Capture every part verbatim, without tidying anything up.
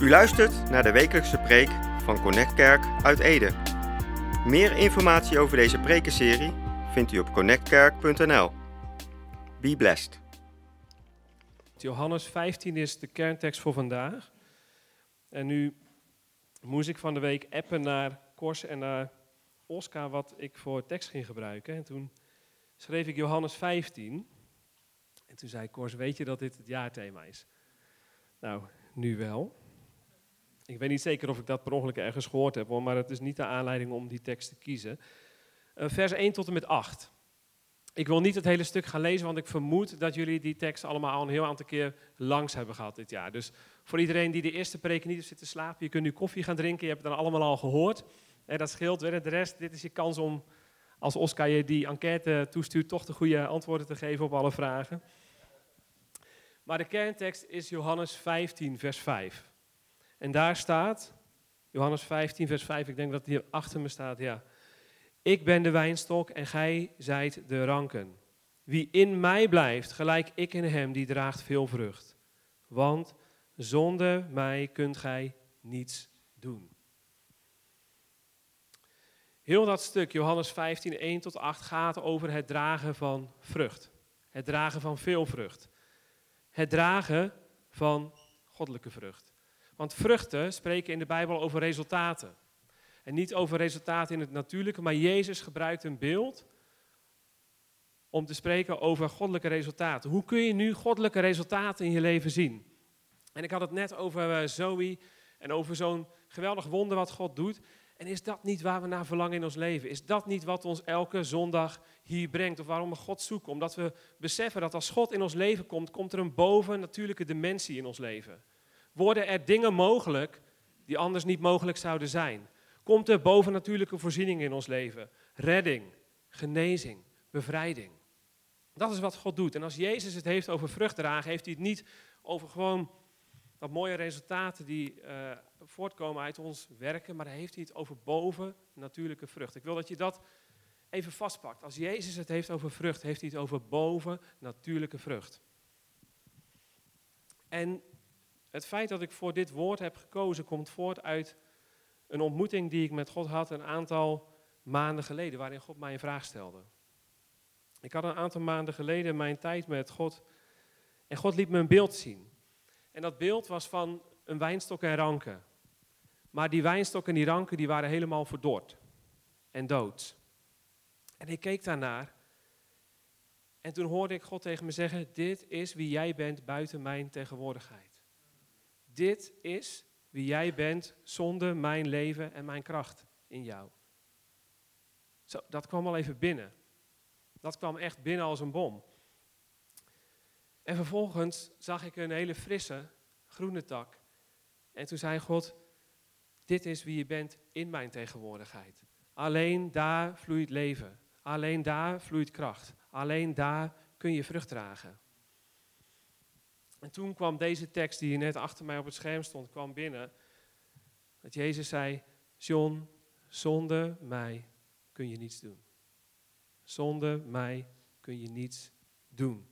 U luistert naar de wekelijkse preek van Connect Kerk uit Ede. Meer informatie over deze prekenserie vindt u op connect kerk punt n l. Be blessed. Johannes vijftien is de kerntekst voor vandaag. En nu moest ik van de week appen naar Kors en naar Oscar wat ik voor tekst ging gebruiken. En toen schreef ik Johannes vijftien. En toen zei Kors, weet je dat dit het jaarthema is? Nou, nu wel. Ik weet niet zeker of ik dat per ongeluk ergens gehoord heb, hoor, maar het is niet de aanleiding om die tekst te kiezen. Uh, vers één tot en met acht. Ik wil niet het hele stuk gaan lezen, want ik vermoed dat jullie die tekst allemaal al een heel aantal keer langs hebben gehad dit jaar. Dus voor iedereen die de eerste preek niet heeft zitten slapen, je kunt nu koffie gaan drinken, je hebt het dan allemaal al gehoord. En dat scheelt, de rest, dit is je kans om, als Oscar je die enquête toestuurt, toch de goede antwoorden te geven op alle vragen. Maar de kerntekst is Johannes vijftien, vers vijf. En daar staat, Johannes vijftien, vers vijf, ik denk dat het hier achter me staat, ja. Ik ben de wijnstok en gij zijt de ranken. Wie in mij blijft, gelijk ik in hem, die draagt veel vrucht. Want zonder mij kunt gij niets doen. Heel dat stuk, Johannes vijftien, één tot acht, gaat over het dragen van vrucht. Het dragen van veel vrucht. Het dragen van goddelijke vrucht. Want vruchten spreken in de Bijbel over resultaten. En niet over resultaten in het natuurlijke, maar Jezus gebruikt een beeld om te spreken over goddelijke resultaten. Hoe kun je nu goddelijke resultaten in je leven zien? En ik had het net over Zoe en over zo'n geweldig wonder wat God doet. En is dat niet waar we naar verlangen in ons leven? Is dat niet wat ons elke zondag hier brengt? Of waarom we God zoeken? Omdat we beseffen dat als God in ons leven komt, komt er een bovennatuurlijke dimensie in ons leven. Worden er dingen mogelijk die anders niet mogelijk zouden zijn? Komt er bovennatuurlijke voorziening in ons leven? Redding, genezing, bevrijding. Dat is wat God doet. En als Jezus het heeft over vrucht dragen, heeft hij het niet over gewoon dat mooie resultaten die uh, voortkomen uit ons werken, maar dan heeft hij het over bovennatuurlijke vrucht. Ik wil dat je dat even vastpakt. Als Jezus het heeft over vrucht, heeft hij het over bovennatuurlijke vrucht. En het feit dat ik voor dit woord heb gekozen, komt voort uit een ontmoeting die ik met God had een aantal maanden geleden, waarin God mij een vraag stelde. Ik had een aantal maanden geleden mijn tijd met God en God liet me een beeld zien. En dat beeld was van een wijnstok en ranken. Maar die wijnstok en die ranken die waren helemaal verdord en dood. En ik keek daarnaar en toen hoorde ik God tegen me zeggen, dit is wie jij bent buiten mijn tegenwoordigheid. Dit is wie jij bent zonder mijn leven en mijn kracht in jou. Zo, dat kwam al even binnen. Dat kwam echt binnen als een bom. En vervolgens zag ik een hele frisse, groene tak. En toen zei God, dit is wie je bent in mijn tegenwoordigheid. Alleen daar vloeit leven. Alleen daar vloeit kracht. Alleen daar kun je vrucht dragen. En toen kwam deze tekst die hier net achter mij op het scherm stond, kwam binnen. Dat Jezus zei, John, zonder mij kun je niets doen. Zonder mij kun je niets doen.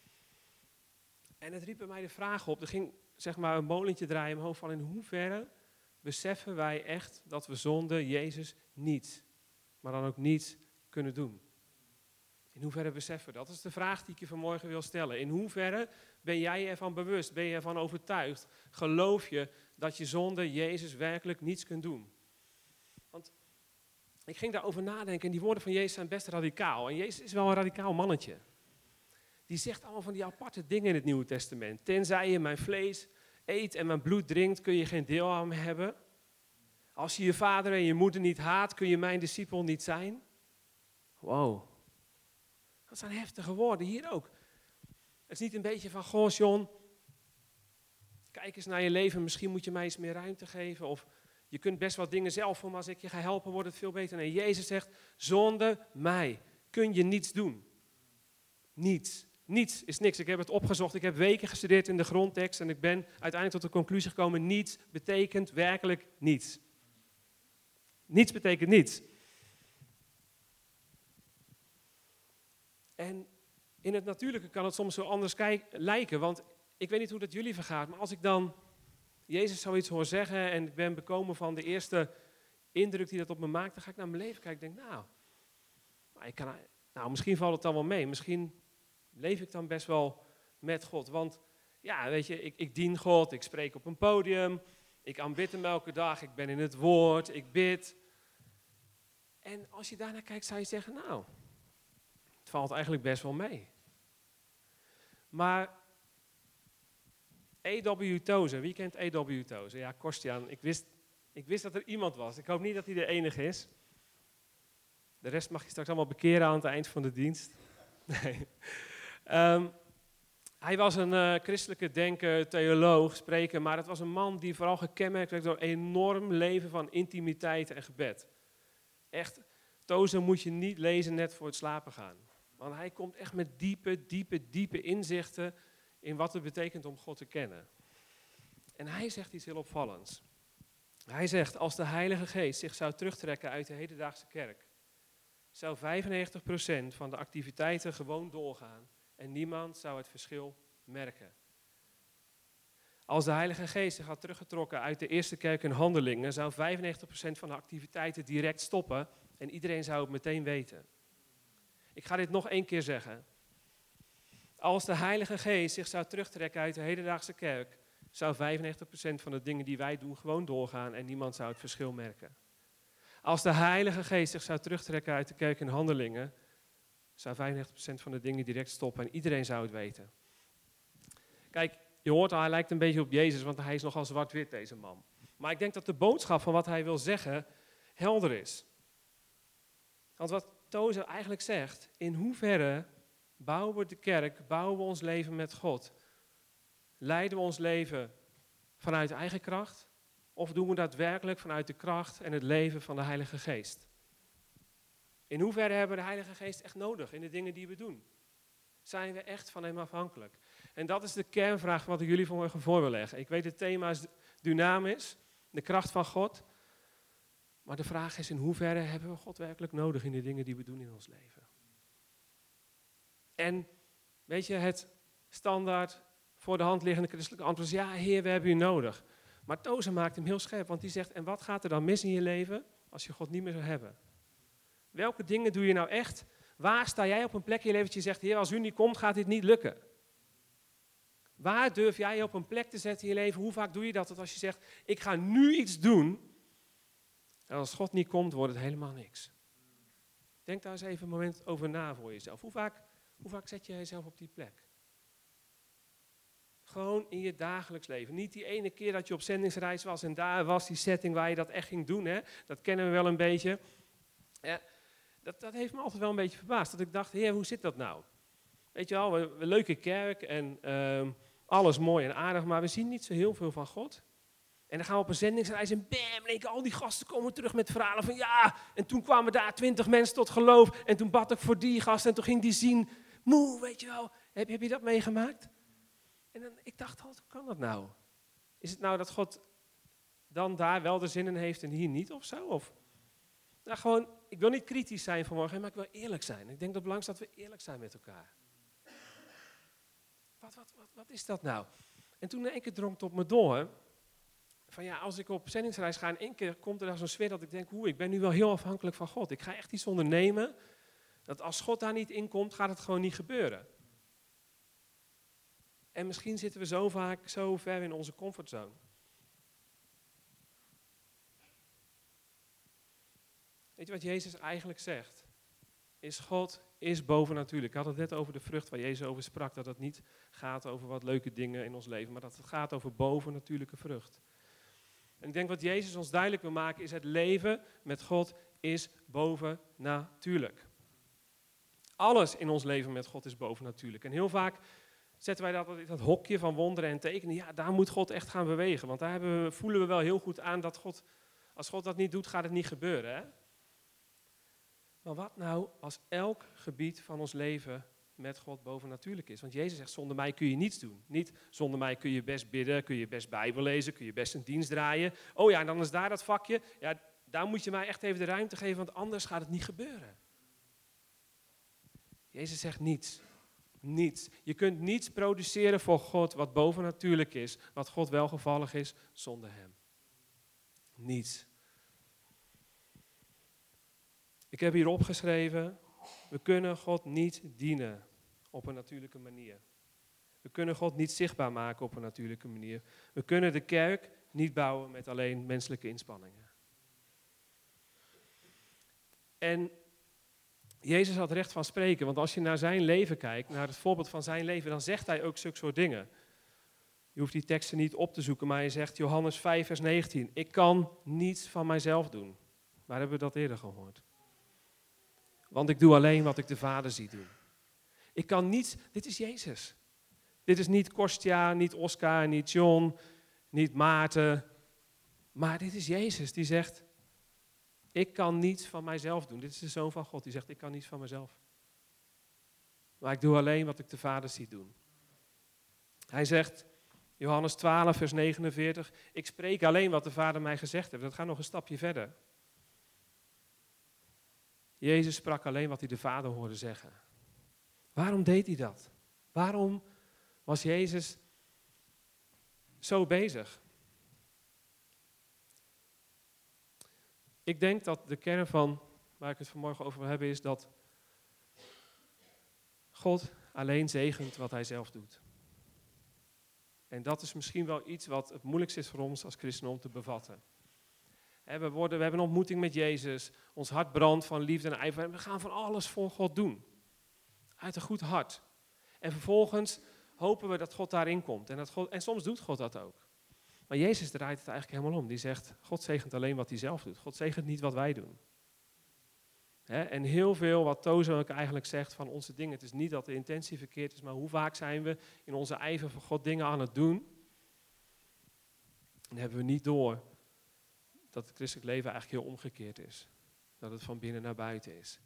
En het riep bij mij de vraag op, er ging zeg maar een molentje draaien in mijn hoofd van in hoeverre beseffen wij echt dat we zonder Jezus niets, maar dan ook niets kunnen doen. In hoeverre beseffen we dat? Dat is de vraag die ik je vanmorgen wil stellen. In hoeverre ben jij ervan bewust, ben je ervan overtuigd, geloof je dat je zonder Jezus werkelijk niets kunt doen? Want ik ging daarover nadenken en die woorden van Jezus zijn best radicaal. En Jezus is wel een radicaal mannetje. Die zegt allemaal van die aparte dingen in het Nieuwe Testament. Tenzij je mijn vlees eet en mijn bloed drinkt, kun je geen deel aan me hebben. Als je je vader en je moeder niet haat, kun je mijn discipel niet zijn. Wow. Dat zijn heftige woorden, hier ook. Het is niet een beetje van, goh John, kijk eens naar je leven, misschien moet je mij eens meer ruimte geven. Of je kunt best wat dingen zelf voor, maar als ik je ga helpen, wordt het veel beter. Nee, Jezus zegt, zonder mij kun je niets doen. Niets. Niets is niks. Ik heb het opgezocht, ik heb weken gestudeerd in de grondtekst en ik ben uiteindelijk tot de conclusie gekomen, niets betekent werkelijk niets. Niets betekent niets. En in het natuurlijke kan het soms zo anders kijk, lijken, want ik weet niet hoe dat jullie vergaat, maar als ik dan Jezus zoiets hoor zeggen en ik ben bekomen van de eerste indruk die dat op me maakt, dan ga ik naar mijn leven kijken en denk, nou, ik kan, nou, misschien valt het dan wel mee. Misschien leef ik dan best wel met God. Want ja, weet je, ik, ik dien God, ik spreek op een podium, ik aanbid hem elke dag, ik ben in het woord, ik bid. En als je daarnaar kijkt, zou je zeggen, nou, het valt eigenlijk best wel mee. Maar A W Tozer, wie kent A W Tozer? Ja, Kostjan, ik wist, ik wist dat er iemand was. Ik hoop niet dat hij de enige is. De rest mag je straks allemaal bekeren aan het eind van de dienst. Nee. Um, hij was een uh, christelijke denker, theoloog, spreker, maar het was een man die vooral gekenmerkt werd door een enorm leven van intimiteit en gebed. Echt, Tozer moet je niet lezen net voor het slapen gaan. Want hij komt echt met diepe, diepe, diepe inzichten in wat het betekent om God te kennen. En hij zegt iets heel opvallends. Hij zegt, als de Heilige Geest zich zou terugtrekken uit de hedendaagse kerk, zou vijfennegentig procent van de activiteiten gewoon doorgaan en niemand zou het verschil merken. Als de Heilige Geest zich had teruggetrokken uit de eerste kerk in Handelingen, zou vijfennegentig procent van de activiteiten direct stoppen en iedereen zou het meteen weten. Ik ga dit nog één keer zeggen. Als de Heilige Geest zich zou terugtrekken uit de hedendaagse kerk, zou vijfennegentig procent van de dingen die wij doen gewoon doorgaan en niemand zou het verschil merken. Als de Heilige Geest zich zou terugtrekken uit de kerk in Handelingen, zou vijfennegentig procent van de dingen direct stoppen en iedereen zou het weten. Kijk, je hoort al, hij lijkt een beetje op Jezus, want hij is nogal zwart-wit, deze man. Maar ik denk dat de boodschap van wat hij wil zeggen helder is. Want wat Tozer eigenlijk zegt, in hoeverre bouwen we de kerk, bouwen we ons leven met God? Leiden we ons leven vanuit eigen kracht? Of doen we daadwerkelijk vanuit de kracht en het leven van de Heilige Geest? In hoeverre hebben we de Heilige Geest echt nodig in de dingen die we doen? Zijn we echt van hem afhankelijk? En dat is de kernvraag wat ik jullie vanmorgen voor wil leggen. Ik weet het thema is dynamisch, de kracht van God. Maar de vraag is in hoeverre hebben we God werkelijk nodig in de dingen die we doen in ons leven? En weet je, het standaard voor de hand liggende christelijke antwoord is ja, Heer, we hebben u nodig. Maar Tozer maakt hem heel scherp, want die zegt, en wat gaat er dan mis in je leven als je God niet meer zou hebben? Welke dingen doe je nou echt? Waar sta jij op een plek in je leven dat je zegt, Heer, als u niet komt, gaat dit niet lukken? Waar durf jij je op een plek te zetten in je leven? Hoe vaak doe je dat? Dat als je zegt, ik ga nu iets doen, en als God niet komt, wordt het helemaal niks. Denk daar eens even een moment over na voor jezelf. Hoe vaak, hoe vaak zet je jezelf op die plek? Gewoon in je dagelijks leven. Niet die ene keer dat je op zendingsreis was en daar was die setting waar je dat echt ging doen. Hè? Dat kennen we wel een beetje. Ja, dat, dat heeft me altijd wel een beetje verbaasd. Dat ik dacht, Heer, hoe zit dat nou? Weet je wel, we, we leuke kerk en uh, alles mooi en aardig, maar we zien niet zo heel veel van God. En dan gaan we op een zendingsreis en bam, en al die gasten komen terug met verhalen van ja, en toen kwamen daar twintig mensen tot geloof en toen bad ik voor die gast en toen ging die zien, moe, weet je wel, heb, heb je dat meegemaakt? En dan, ik dacht altijd, hoe kan dat nou? Is het nou dat God dan daar wel de zin in heeft en hier niet of zo? Of, nou gewoon, ik wil niet kritisch zijn vanmorgen, maar ik wil eerlijk zijn. Ik denk dat het belangrijk is dat we eerlijk zijn met elkaar. Wat, wat, wat, wat is dat nou? En toen in één keer drong het op me door, van ja, als ik op zendingsreis ga en één keer komt er daar zo'n sfeer dat ik denk, hoe, ik ben nu wel heel afhankelijk van God. Ik ga echt iets ondernemen, dat als God daar niet in komt, gaat het gewoon niet gebeuren. En misschien zitten we zo vaak zo ver in onze comfortzone. Weet je wat Jezus eigenlijk zegt? Is God is bovennatuurlijk. Ik had het net over de vrucht waar Jezus over sprak. Dat het niet gaat over wat leuke dingen in ons leven. Maar dat het gaat over bovennatuurlijke vrucht. En ik denk wat Jezus ons duidelijk wil maken is het leven met God is bovennatuurlijk. Alles in ons leven met God is bovennatuurlijk. En heel vaak zetten wij dat in dat hokje van wonderen en tekenen. Ja, daar moet God echt gaan bewegen. Want daar hebben we, voelen we wel heel goed aan dat God, als God dat niet doet, gaat het niet gebeuren. Hè? Maar wat nou als elk gebied van ons leven met God bovennatuurlijk is? Want Jezus zegt, zonder mij kun je niets doen. Niet, zonder mij kun je best bidden, kun je best Bijbel lezen, kun je best een dienst draaien. Oh ja, en dan is daar dat vakje. Ja, daar moet je mij echt even de ruimte geven, want anders gaat het niet gebeuren. Jezus zegt niets. Niets. Je kunt niets produceren voor God wat bovennatuurlijk is, wat God welgevallig is, zonder hem. Niets. Ik heb hier opgeschreven, we kunnen God niet dienen op een natuurlijke manier. We kunnen God niet zichtbaar maken op een natuurlijke manier. We kunnen de kerk niet bouwen met alleen menselijke inspanningen. En Jezus had recht van spreken, want als je naar zijn leven kijkt, naar het voorbeeld van zijn leven, dan zegt hij ook zulke soort dingen. Je hoeft die teksten niet op te zoeken, maar hij zegt Johannes vijf vers negentien, ik kan niets van mijzelf doen. Waar hebben we dat eerder gehoord? Want ik doe alleen wat ik de Vader zie doen. Ik kan niets, dit is Jezus. Dit is niet Kostja, niet Oscar, niet John, niet Maarten. Maar dit is Jezus die zegt, ik kan niets van mijzelf doen. Dit is de Zoon van God die zegt, ik kan niets van mezelf. Maar ik doe alleen wat ik de Vader zie doen. Hij zegt, Johannes twaalf vers negenenveertig, ik spreek alleen wat de Vader mij gezegd heeft. Dat gaat nog een stapje verder. Jezus sprak alleen wat hij de Vader hoorde zeggen. Waarom deed hij dat? Waarom was Jezus zo bezig? Ik denk dat de kern van waar ik het vanmorgen over wil hebben is dat God alleen zegent wat hij zelf doet. En dat is misschien wel iets wat het moeilijkst is voor ons als christenen om te bevatten. We, worden, we hebben een ontmoeting met Jezus, ons hart brandt van liefde en ijver en we gaan van alles voor God doen. Uit een goed hart. En vervolgens hopen we dat God daarin komt. En, dat God, en soms doet God dat ook. Maar Jezus draait het eigenlijk helemaal om. Die zegt, God zegent alleen wat hij zelf doet. God zegent niet wat wij doen. He, en heel veel wat Tozo ook eigenlijk zegt van onze dingen. Het is niet dat de intentie verkeerd is, maar hoe vaak zijn we in onze ijver voor God dingen aan het doen. En hebben we niet door dat het christelijk leven eigenlijk heel omgekeerd is. Dat het van binnen naar buiten is.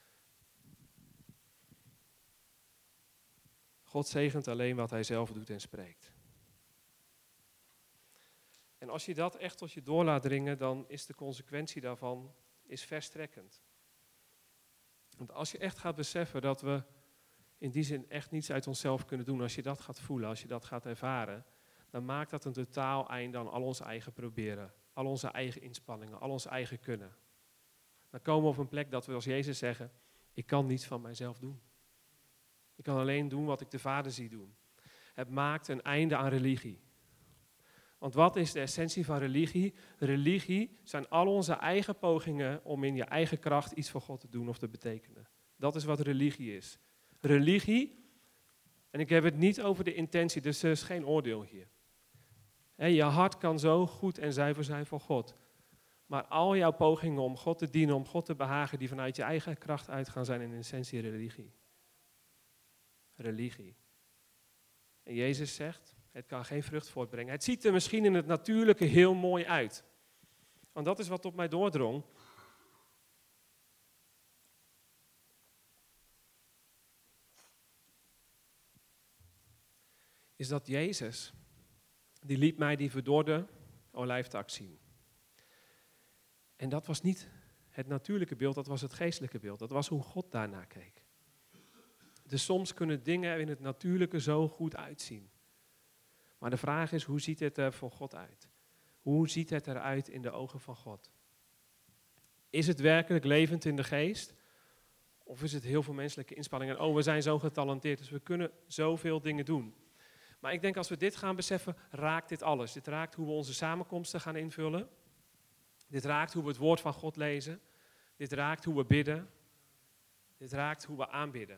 God zegent alleen wat hij zelf doet en spreekt. En als je dat echt tot je door laat dringen, dan is de consequentie daarvan is verstrekkend. Want als je echt gaat beseffen dat we in die zin echt niets uit onszelf kunnen doen, als je dat gaat voelen, als je dat gaat ervaren, dan maakt dat een totaal einde aan al ons eigen proberen, al onze eigen inspanningen, al ons eigen kunnen. Dan komen we op een plek dat we als Jezus zeggen, ik kan niets van mijzelf doen. Ik kan alleen doen wat ik de Vader zie doen. Het maakt een einde aan religie. Want wat is de essentie van religie? Religie zijn al onze eigen pogingen om in je eigen kracht iets voor God te doen of te betekenen. Dat is wat religie is. Religie, en ik heb het niet over de intentie, dus er is geen oordeel hier. He, je hart kan zo goed en zuiver zijn voor God. Maar al jouw pogingen om God te dienen, om God te behagen, die vanuit je eigen kracht uitgaan, zijn in essentie religie. Religie. En Jezus zegt, het kan geen vrucht voortbrengen. Het ziet er misschien in het natuurlijke heel mooi uit. Want dat is wat op mij doordrong. Is dat Jezus, die liet mij die verdorde olijftak zien. En dat was niet het natuurlijke beeld, dat was het geestelijke beeld. Dat was hoe God daarnaar keek. Dus soms kunnen dingen er in het natuurlijke zo goed uitzien. Maar de vraag is, hoe ziet het er voor God uit? Hoe ziet het eruit in de ogen van God? Is het werkelijk levend in de geest? Of is het heel veel menselijke inspanningen? Oh, we zijn zo getalenteerd, dus we kunnen zoveel dingen doen. Maar ik denk als we dit gaan beseffen, raakt dit alles. Dit raakt hoe we onze samenkomsten gaan invullen. Dit raakt hoe we het woord van God lezen. Dit raakt hoe we bidden. Dit raakt hoe we aanbidden.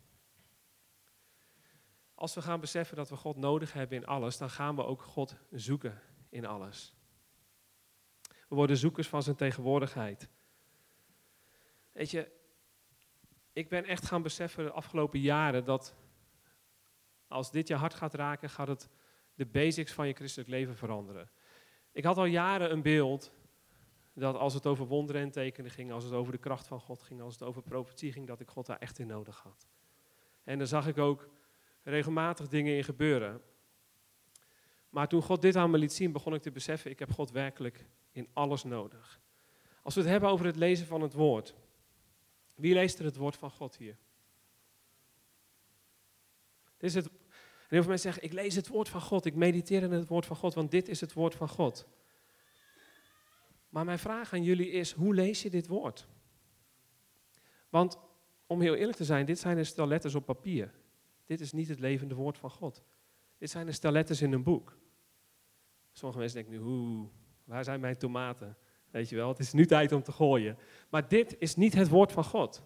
Als we gaan beseffen dat we God nodig hebben in alles, dan gaan we ook God zoeken in alles. We worden zoekers van zijn tegenwoordigheid. Weet je, ik ben echt gaan beseffen de afgelopen jaren dat als dit je hart gaat raken, gaat het de basics van je christelijk leven veranderen. Ik had al jaren een beeld dat als het over wonderen en tekenen ging, als het over de kracht van God ging, als het over profetie ging, dat ik God daar echt in nodig had. En dan zag ik ook regelmatig dingen in gebeuren. Maar toen God dit aan me liet zien, begon ik te beseffen, ik heb God werkelijk in alles nodig. Als we het hebben over het lezen van het woord. Wie leest er het woord van God hier? Dit is het. En heel veel mensen zeggen, ik lees het woord van God, ik mediteer in het woord van God, want dit is het woord van God. Maar mijn vraag aan jullie is, hoe lees je dit woord? Want, om heel eerlijk te zijn, dit zijn een stel letters op papier. Dit is niet het levende woord van God. Dit zijn een stel letters in een boek. Sommige mensen denken nu, oeh, waar zijn mijn tomaten? Weet je wel, het is nu tijd om te gooien. Maar dit is niet het woord van God.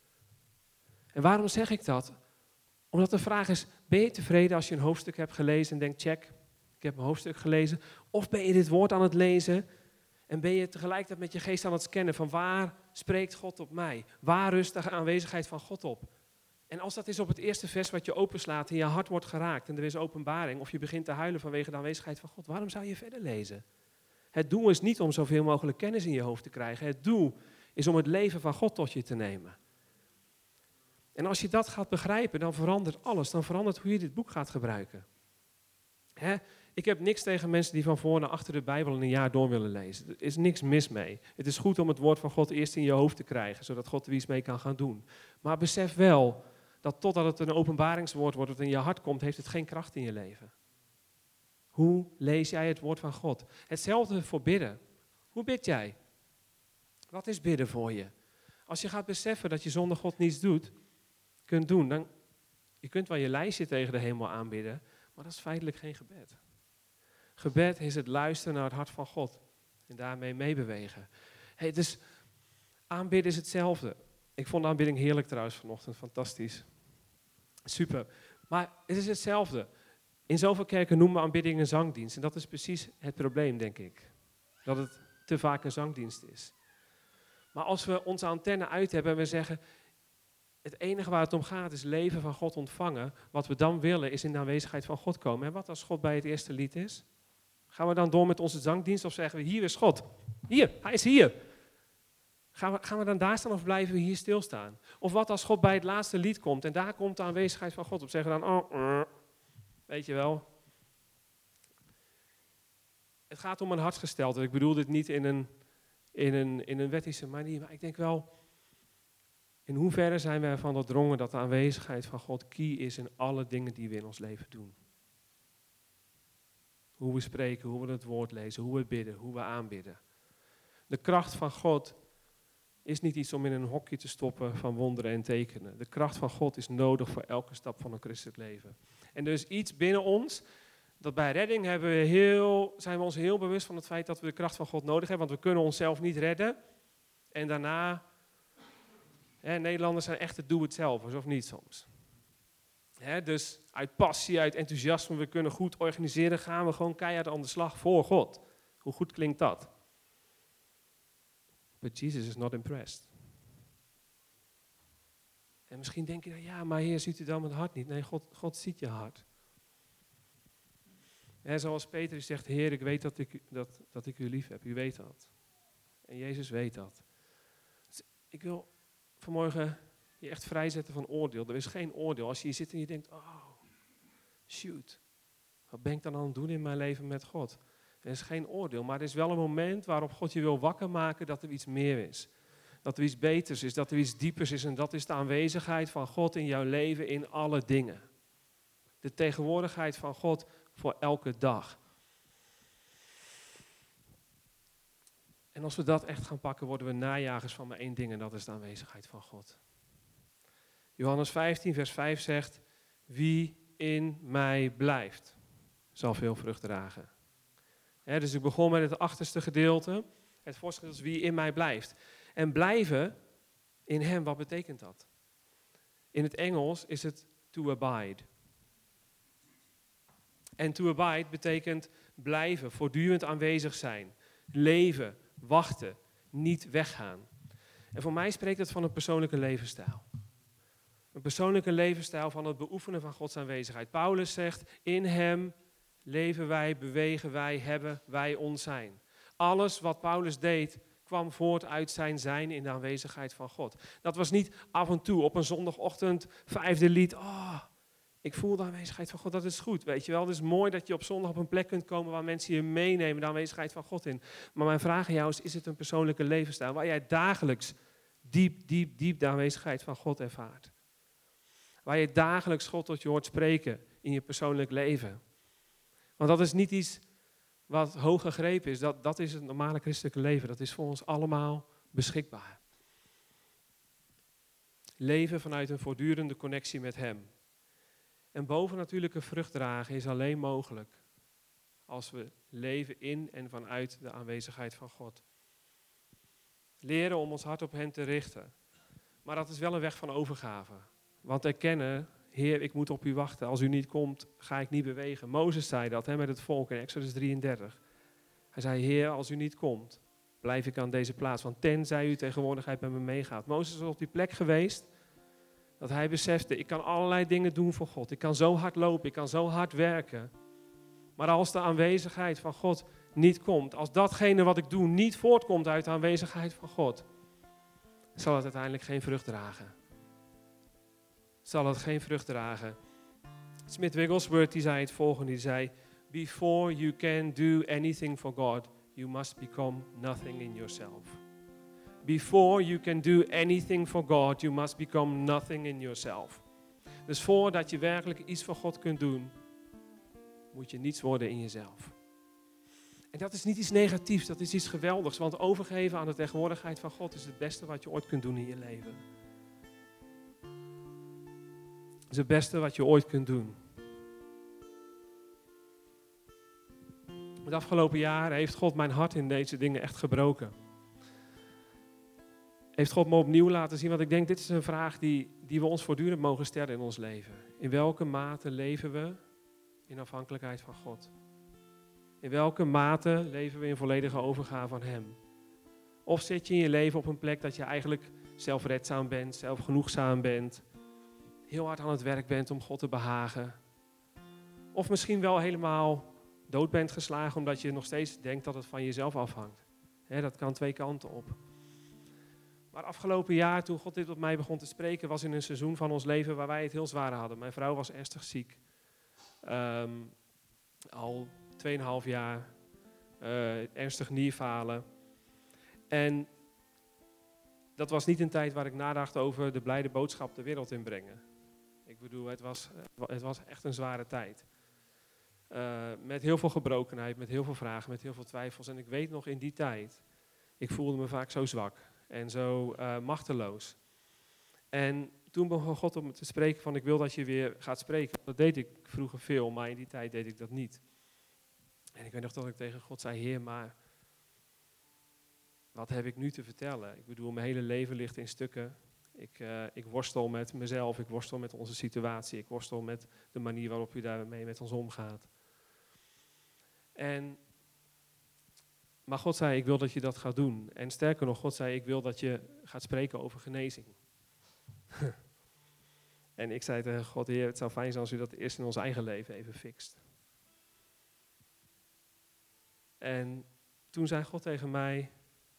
En waarom zeg ik dat? Omdat de vraag is, ben je tevreden als je een hoofdstuk hebt gelezen en denkt, check, ik heb een hoofdstuk gelezen. Of ben je dit woord aan het lezen en ben je tegelijkertijd met je geest aan het scannen van waar spreekt God op mij? Waar rust de aanwezigheid van God op? En als dat is op het eerste vers wat je openslaat en je hart wordt geraakt en er is openbaring, of je begint te huilen vanwege de aanwezigheid van God, waarom zou je verder lezen? Het doel is niet om zoveel mogelijk kennis in je hoofd te krijgen. Het doel is om het leven van God tot je te nemen. En als je dat gaat begrijpen, dan verandert alles. Dan verandert hoe je dit boek gaat gebruiken. Hè? Ik heb niks tegen mensen die van voor naar achter de Bijbel in een jaar door willen lezen. Er is niks mis mee. Het is goed om het woord van God eerst in je hoofd te krijgen, zodat God er iets mee kan gaan doen. Maar besef wel dat totdat het een openbaringswoord wordt dat in je hart komt, heeft het geen kracht in je leven. Hoe lees jij het woord van God? Hetzelfde voor bidden. Hoe bid jij? Wat is bidden voor je? Als je gaat beseffen dat je zonder God niets doet, kunt doen, dan je kunt wel je lijstje tegen de hemel aanbidden, maar dat is feitelijk geen gebed. Gebed is het luisteren naar het hart van God en daarmee meebewegen. Hey, dus aanbidden is hetzelfde. Ik vond de aanbidding heerlijk trouwens vanochtend, fantastisch. Super. Maar het is hetzelfde. In zoveel kerken noemen we aanbidding een zangdienst. En dat is precies het probleem, denk ik. Dat het te vaak een zangdienst is. Maar als we onze antenne uit hebben en we zeggen, het enige waar het om gaat is leven van God ontvangen. Wat we dan willen is in de aanwezigheid van God komen. En wat als God bij het eerste lied is? Gaan we dan door met onze zangdienst of zeggen we, hier is God. Hier, hij is hier. Gaan we, gaan we dan daar staan of blijven we hier stilstaan? Of wat als God bij het laatste lied komt en daar komt de aanwezigheid van God op? Zeggen we dan, oh, uh, weet je wel. Het gaat om een hartsgesteldheid. Ik bedoel dit niet in een, in, een, in een wettische manier, maar ik denk wel, in hoeverre zijn we ervan doordrongen dat de aanwezigheid van God key is in alle dingen die we in ons leven doen. Hoe we spreken, hoe we het woord lezen, hoe we bidden, hoe we aanbidden. De kracht van God is niet iets om in een hokje te stoppen van wonderen en tekenen. De kracht van God is nodig voor elke stap van een christelijk leven. En er is iets binnen ons, dat bij redding hebben we heel, zijn we ons heel bewust van het feit dat we de kracht van God nodig hebben, want we kunnen onszelf niet redden. En daarna, hè, Nederlanders zijn echt het doe-het-zelfers, of niet soms. Hè, dus uit passie, uit enthousiasme, we kunnen goed organiseren, gaan we gewoon keihard aan de slag voor God. Hoe goed klinkt dat? But Jesus is not impressed. En misschien denk je, ja, maar Heer, ziet u dan mijn hart niet? Nee, God, God ziet je hart. En zoals Petrus zegt, Heer, ik weet dat ik, dat, dat ik u lief heb. U weet dat. En Jezus weet dat. Dus ik wil vanmorgen je echt vrijzetten van oordeel. Er is geen oordeel. Als je hier zit en je denkt, oh, shoot. Wat ben ik dan aan het doen in mijn leven met God? Er is geen oordeel, maar er is wel een moment waarop God je wil wakker maken dat er iets meer is. Dat er iets beters is, dat er iets diepers is. En dat is de aanwezigheid van God in jouw leven in alle dingen. De tegenwoordigheid van God voor elke dag. En als we dat echt gaan pakken, worden we najagers van maar één ding en dat is de aanwezigheid van God. Johannes vijftien vers vijf zegt, wie in mij blijft, zal veel vrucht dragen. He, dus ik begon met het achterste gedeelte, het voorste gedeelte is wie in mij blijft. En blijven in hem, wat betekent dat? In het Engels is het to abide. En to abide betekent blijven, voortdurend aanwezig zijn, leven, wachten, niet weggaan. En voor mij spreekt het van een persoonlijke levensstijl. Een persoonlijke levensstijl van het beoefenen van Gods aanwezigheid. Paulus zegt, in hem leven wij, bewegen wij, hebben wij ons zijn. Alles wat Paulus deed, kwam voort uit zijn zijn in de aanwezigheid van God. Dat was niet af en toe op een zondagochtend, vijfde lied, oh, ik voel de aanwezigheid van God, dat is goed, weet je wel. Het is mooi dat je op zondag op een plek kunt komen waar mensen je meenemen, de aanwezigheid van God in. Maar mijn vraag aan jou is, is het een persoonlijke levensstijl waar jij dagelijks diep, diep, diep de aanwezigheid van God ervaart? Waar je dagelijks God tot je hoort spreken in je persoonlijk leven. Want dat is niet iets wat hoog gegrepen is. Dat, dat is het normale christelijke leven. Dat is voor ons allemaal beschikbaar. Leven vanuit een voortdurende connectie met Hem. En bovennatuurlijke vrucht dragen is alleen mogelijk als we leven in en vanuit de aanwezigheid van God. Leren om ons hart op Hem te richten. Maar dat is wel een weg van overgave. Want erkennen, Heer, ik moet op u wachten. Als u niet komt, ga ik niet bewegen. Mozes zei dat hè, met het volk in Exodus drieëndertig. Hij zei, Heer, als u niet komt, blijf ik aan deze plaats. Want tenzij uw tegenwoordigheid met me meegaat. Mozes was op die plek geweest dat hij besefte, ik kan allerlei dingen doen voor God. Ik kan zo hard lopen, ik kan zo hard werken. Maar als de aanwezigheid van God niet komt, als datgene wat ik doe niet voortkomt uit de aanwezigheid van God, zal het uiteindelijk geen vrucht dragen. Zal het geen vrucht dragen. Smith Wigglesworth die zei het volgende, die zei, before you can do anything for God, you must become nothing in yourself. Before you can do anything for God, you must become nothing in yourself. Dus voordat je werkelijk iets voor God kunt doen, moet je niets worden in jezelf. En dat is niet iets negatiefs, dat is iets geweldigs. Want overgeven aan de tegenwoordigheid van God is het beste wat je ooit kunt doen in je leven. Het is het beste wat je ooit kunt doen. Het afgelopen jaar heeft God mijn hart in deze dingen echt gebroken. Heeft God me opnieuw laten zien, want ik denk dit is een vraag die, die we ons voortdurend mogen stellen in ons leven. In welke mate leven we in afhankelijkheid van God? In welke mate leven we in volledige overgave aan Hem? Of zit je in je leven op een plek dat je eigenlijk zelfredzaam bent, zelfgenoegzaam bent, heel hard aan het werk bent om God te behagen? Of misschien wel helemaal dood bent geslagen omdat je nog steeds denkt dat het van jezelf afhangt. He, dat kan twee kanten op. Maar afgelopen jaar, toen God dit op mij begon te spreken, was in een seizoen van ons leven waar wij het heel zwaar hadden. Mijn vrouw was ernstig ziek. Um, al tweeënhalf jaar. Uh, ernstig nierfalen. En dat was niet een tijd waar ik nadacht over de blijde boodschap de wereld inbrengen. Ik bedoel, het was, het was echt een zware tijd. Uh, met heel veel gebrokenheid, met heel veel vragen, met heel veel twijfels. En ik weet nog in die tijd, ik voelde me vaak zo zwak. En zo uh, machteloos. En toen begon God om me te spreken van ik wil dat je weer gaat spreken. Dat deed ik vroeger veel, maar in die tijd deed ik dat niet. En ik weet nog dat ik tegen God zei, Heer, maar wat heb ik nu te vertellen? Ik bedoel, mijn hele leven ligt in stukken. Ik, uh, ik worstel met mezelf, ik worstel met onze situatie. Ik worstel met de manier waarop u daarmee met ons omgaat. En... Maar God zei, ik wil dat je dat gaat doen. En sterker nog, God zei, ik wil dat je gaat spreken over genezing. En ik zei tegen God, Heer, het zou fijn zijn als u dat eerst in ons eigen leven even fixt. En toen zei God tegen mij,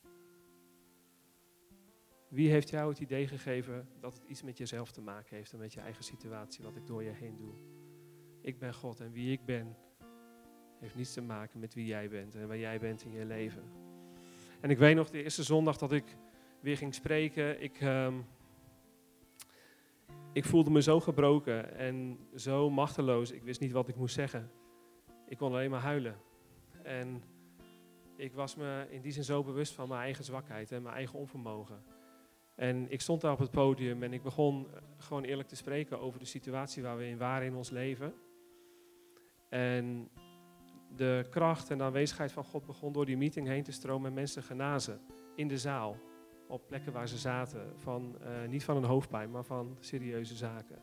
wie heeft jou het idee gegeven dat het iets met jezelf te maken heeft en met je eigen situatie, wat ik door je heen doe? Ik ben God en wie ik ben, heeft niets te maken met wie jij bent en waar jij bent in je leven. En ik weet nog, de eerste zondag dat ik weer ging spreken, ik, um, ik voelde me zo gebroken en zo machteloos. Ik wist niet wat ik moest zeggen. Ik kon alleen maar huilen. En ik was me in die zin zo bewust van mijn eigen zwakheid en mijn eigen onvermogen. En ik stond daar op het podium en ik begon gewoon eerlijk te spreken over de situatie waar we in waren in ons leven. En de kracht en de aanwezigheid van God begon door die meeting heen te stromen en mensen genazen in de zaal. Op plekken waar ze zaten. Van, uh, niet van een hoofdpijn, maar van serieuze zaken.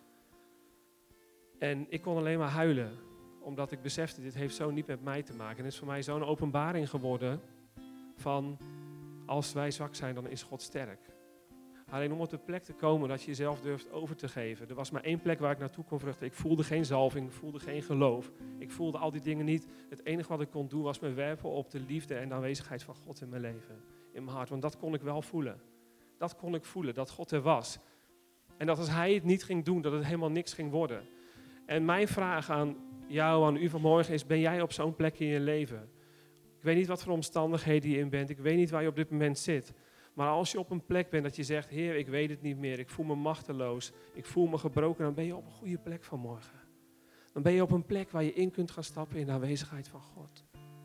En ik kon alleen maar huilen. Omdat ik besefte, dit heeft zo niet met mij te maken. En het is voor mij zo'n openbaring geworden van, als wij zwak zijn, dan is God sterk. Alleen om op de plek te komen dat je jezelf durft over te geven. Er was maar één plek waar ik naartoe kon vluchten. Ik voelde geen zalving, ik voelde geen geloof. Ik voelde al die dingen niet. Het enige wat ik kon doen was me werpen op de liefde en de aanwezigheid van God in mijn leven. In mijn hart, want dat kon ik wel voelen. Dat kon ik voelen, dat God er was. En dat als Hij het niet ging doen, dat het helemaal niks ging worden. En mijn vraag aan jou, aan u vanmorgen is, ben jij op zo'n plek in je leven? Ik weet niet wat voor omstandigheden je in bent. Ik weet niet waar je op dit moment zit. Maar als je op een plek bent dat je zegt, Heer, ik weet het niet meer, ik voel me machteloos, ik voel me gebroken, dan ben je op een goede plek vanmorgen. Dan ben je op een plek waar je in kunt gaan stappen in de aanwezigheid van God.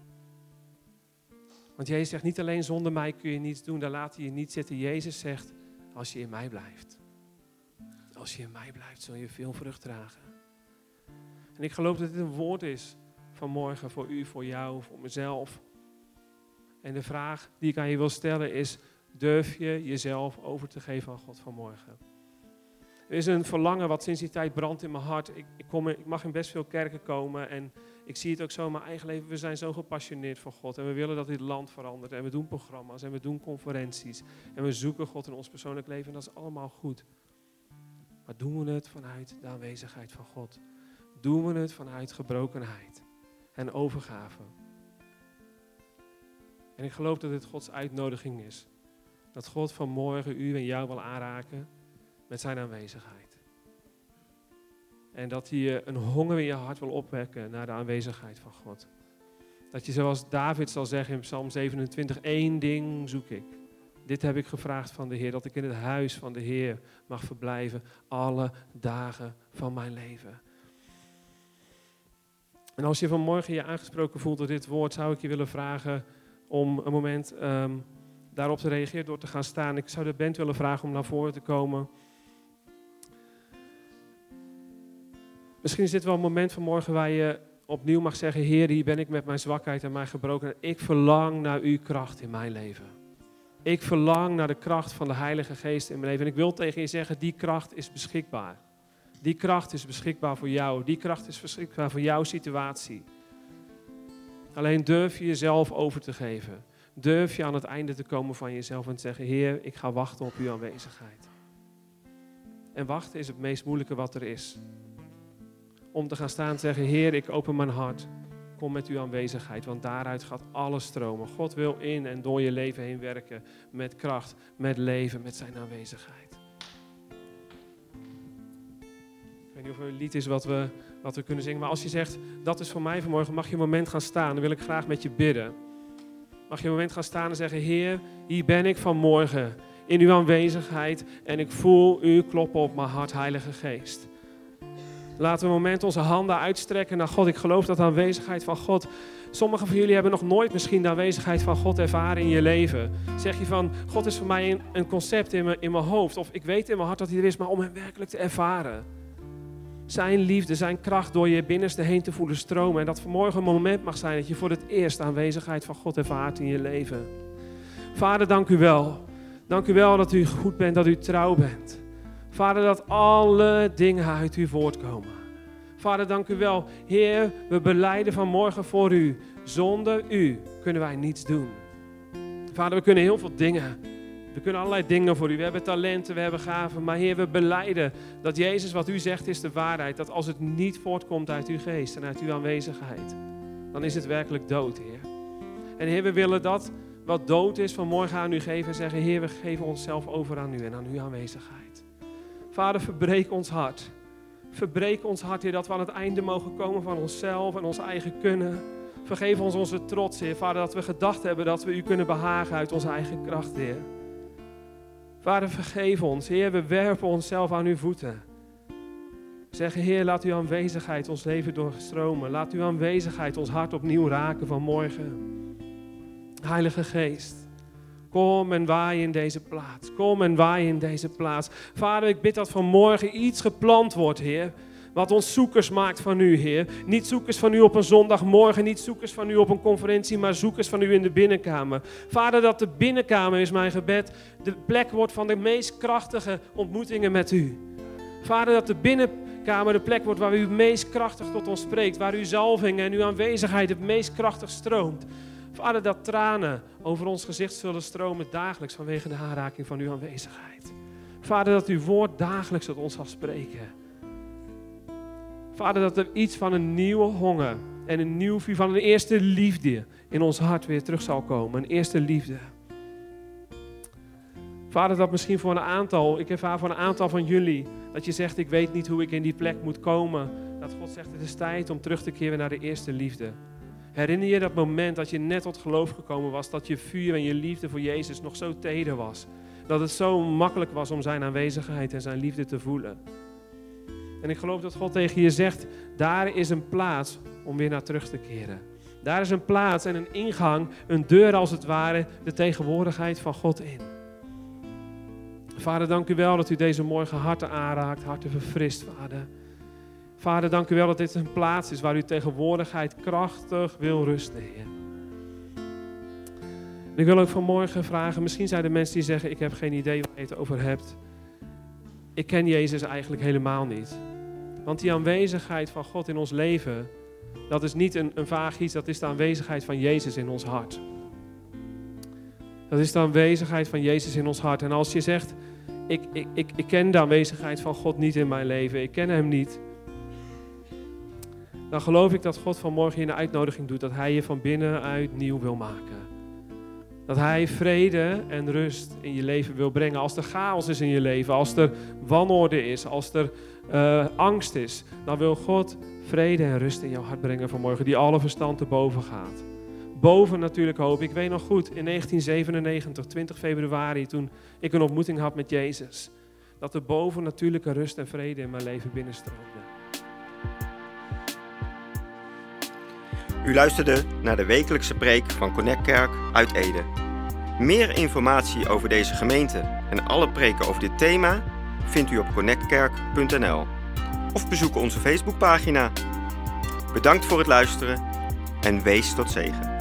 Want Jezus zegt, niet alleen zonder mij kun je niets doen, daar laat hij je niet zitten. Jezus zegt, als je in mij blijft. Als je in mij blijft, zul je veel vrucht dragen. En ik geloof dat dit een woord is vanmorgen voor u, voor jou, voor mezelf. En de vraag die ik aan je wil stellen is, durf je jezelf over te geven aan God vanmorgen? Er is een verlangen wat sinds die tijd brandt in mijn hart. Ik, ik, kom in, ik mag in best veel kerken komen en ik zie het ook zo in mijn eigen leven. We zijn zo gepassioneerd voor God en we willen dat dit land verandert. En we doen programma's en we doen conferenties. En we zoeken God in ons persoonlijk leven en dat is allemaal goed. Maar doen we het vanuit de aanwezigheid van God? Doen we het vanuit gebrokenheid en overgave? En ik geloof dat dit Gods uitnodiging is. Dat God vanmorgen u en jou wil aanraken met zijn aanwezigheid. En dat hij een honger in je hart wil opwekken naar de aanwezigheid van God. Dat je zoals David zal zeggen in Psalm zevenentwintig, één ding zoek ik. Dit heb ik gevraagd van de Heer, dat ik in het huis van de Heer mag verblijven alle dagen van mijn leven. En als je vanmorgen je aangesproken voelt door dit woord, zou ik je willen vragen om een moment um, daarop te reageren door te gaan staan. Ik zou de band willen vragen om naar voren te komen. Misschien is dit wel een moment vanmorgen waar je opnieuw mag zeggen, Heer, hier ben ik met mijn zwakheid en mijn gebrokenheid. Ik verlang naar uw kracht in mijn leven. Ik verlang naar de kracht van de Heilige Geest in mijn leven. En ik wil tegen je zeggen, die kracht is beschikbaar. Die kracht is beschikbaar voor jou. Die kracht is beschikbaar voor jouw situatie. Alleen durf je jezelf over te geven. Durf je aan het einde te komen van jezelf en te zeggen, Heer, ik ga wachten op uw aanwezigheid. En wachten is het meest moeilijke wat er is. Om te gaan staan en te zeggen, Heer, ik open mijn hart. Kom met uw aanwezigheid, want daaruit gaat alles stromen. God wil in en door je leven heen werken met kracht, met leven, met zijn aanwezigheid. Ik weet niet of er een lied is wat we, wat we kunnen zingen, maar als je zegt, dat is voor mij vanmorgen, mag je een moment gaan staan. Dan wil ik graag met je bidden. Mag je een moment gaan staan en zeggen, Heer, hier ben ik vanmorgen in uw aanwezigheid en ik voel u kloppen op mijn hart, Heilige Geest. Laten we een moment onze handen uitstrekken naar God. Ik geloof dat de aanwezigheid van God... Sommigen van jullie hebben nog nooit misschien de aanwezigheid van God ervaren in je leven. Zeg je van, God is voor mij een, een concept in mijn, in mijn hoofd. Of ik weet in mijn hart dat hij er is, maar om hem werkelijk te ervaren. Zijn liefde, zijn kracht door je binnenste heen te voelen stromen. En dat vanmorgen een moment mag zijn dat je voor het eerst de aanwezigheid van God ervaart in je leven. Vader, dank u wel. Dank u wel dat u goed bent, dat u trouw bent. Vader, dat alle dingen uit uw woord komen. Vader, dank u wel. Heer, we belijden vanmorgen voor u. Zonder u kunnen wij niets doen. Vader, we kunnen heel veel dingen. We kunnen allerlei dingen voor u. We hebben talenten, we hebben gaven. Maar Heer, we belijden dat Jezus, wat u zegt, is de waarheid. Dat als het niet voortkomt uit uw geest en uit uw aanwezigheid, dan is het werkelijk dood, Heer. En Heer, we willen dat wat dood is vanmorgen aan u geven en zeggen, Heer, we geven onszelf over aan u en aan uw aanwezigheid. Vader, verbreek ons hart. Verbreek ons hart, Heer, dat we aan het einde mogen komen van onszelf en ons eigen kunnen. Vergeef ons onze trots, Heer. Vader, dat we gedacht hebben dat we u kunnen behagen uit onze eigen kracht, Heer. Vader, vergeef ons. Heer, we werpen onszelf aan uw voeten. Zeggen, Heer, laat uw aanwezigheid ons leven doorstromen. Laat uw aanwezigheid ons hart opnieuw raken vanmorgen. Heilige Geest. Kom en waai in deze plaats. Kom en waai in deze plaats. Vader, ik bid dat vanmorgen iets geplant wordt, Heer. Wat ons zoekers maakt van u, Heer. Niet zoekers van u op een zondagmorgen. Niet zoekers van u op een conferentie. Maar zoekers van u in de binnenkamer. Vader, dat de binnenkamer, is mijn gebed, de plek wordt van de meest krachtige ontmoetingen met u. Vader, dat de binnenkamer de plek wordt waar u het meest krachtig tot ons spreekt. Waar uw zalving en uw aanwezigheid het meest krachtig stroomt. Vader, dat tranen over ons gezicht zullen stromen dagelijks vanwege de aanraking van uw aanwezigheid. Vader, dat uw woord dagelijks tot ons zal spreken. Vader, dat er iets van een nieuwe honger en een nieuw vuur van een eerste liefde in ons hart weer terug zal komen. Een eerste liefde. Vader, dat misschien voor een aantal, ik ervaar voor een aantal van jullie, dat je zegt, ik weet niet hoe ik in die plek moet komen. Dat God zegt, het is tijd om terug te keren naar de eerste liefde. Herinner je dat moment dat je net tot geloof gekomen was, dat je vuur en je liefde voor Jezus nog zo teder was. Dat het zo makkelijk was om zijn aanwezigheid en zijn liefde te voelen. En ik geloof dat God tegen je zegt, daar is een plaats om weer naar terug te keren. Daar is een plaats en een ingang, een deur als het ware, de tegenwoordigheid van God in. Vader, dank u wel dat u deze morgen harten aanraakt, harten verfrist, Vader. Vader, dank u wel dat dit een plaats is waar uw tegenwoordigheid krachtig wil rusten, Heer. En ik wil ook vanmorgen vragen, misschien zijn er mensen die zeggen, ik heb geen idee waar je het over hebt. Ik ken Jezus eigenlijk helemaal niet. Want die aanwezigheid van God in ons leven, dat is niet een, een vaag iets, dat is de aanwezigheid van Jezus in ons hart. Dat is de aanwezigheid van Jezus in ons hart. En als je zegt, ik, ik, ik, ik ken de aanwezigheid van God niet in mijn leven, ik ken hem niet. Dan geloof ik dat God vanmorgen je een uitnodiging doet, dat hij je van binnenuit nieuw wil maken. Dat hij vrede en rust in je leven wil brengen. Als er chaos is in je leven, als er wanorde is, als er uh, angst is, dan wil God vrede en rust in jouw hart brengen vanmorgen, die alle verstand te boven gaat. Boven natuurlijk hoop. Ik weet nog goed, in negentien zevenennegentig, twintig februari, toen ik een ontmoeting had met Jezus, dat er boven natuurlijke rust en vrede in mijn leven binnenstroomde. U luisterde naar de wekelijkse preek van Connect Kerk uit Ede. Meer informatie over deze gemeente en alle preken over dit thema vindt u op connect kerk punt n l of bezoek onze Facebookpagina. Bedankt voor het luisteren en wees tot zegen.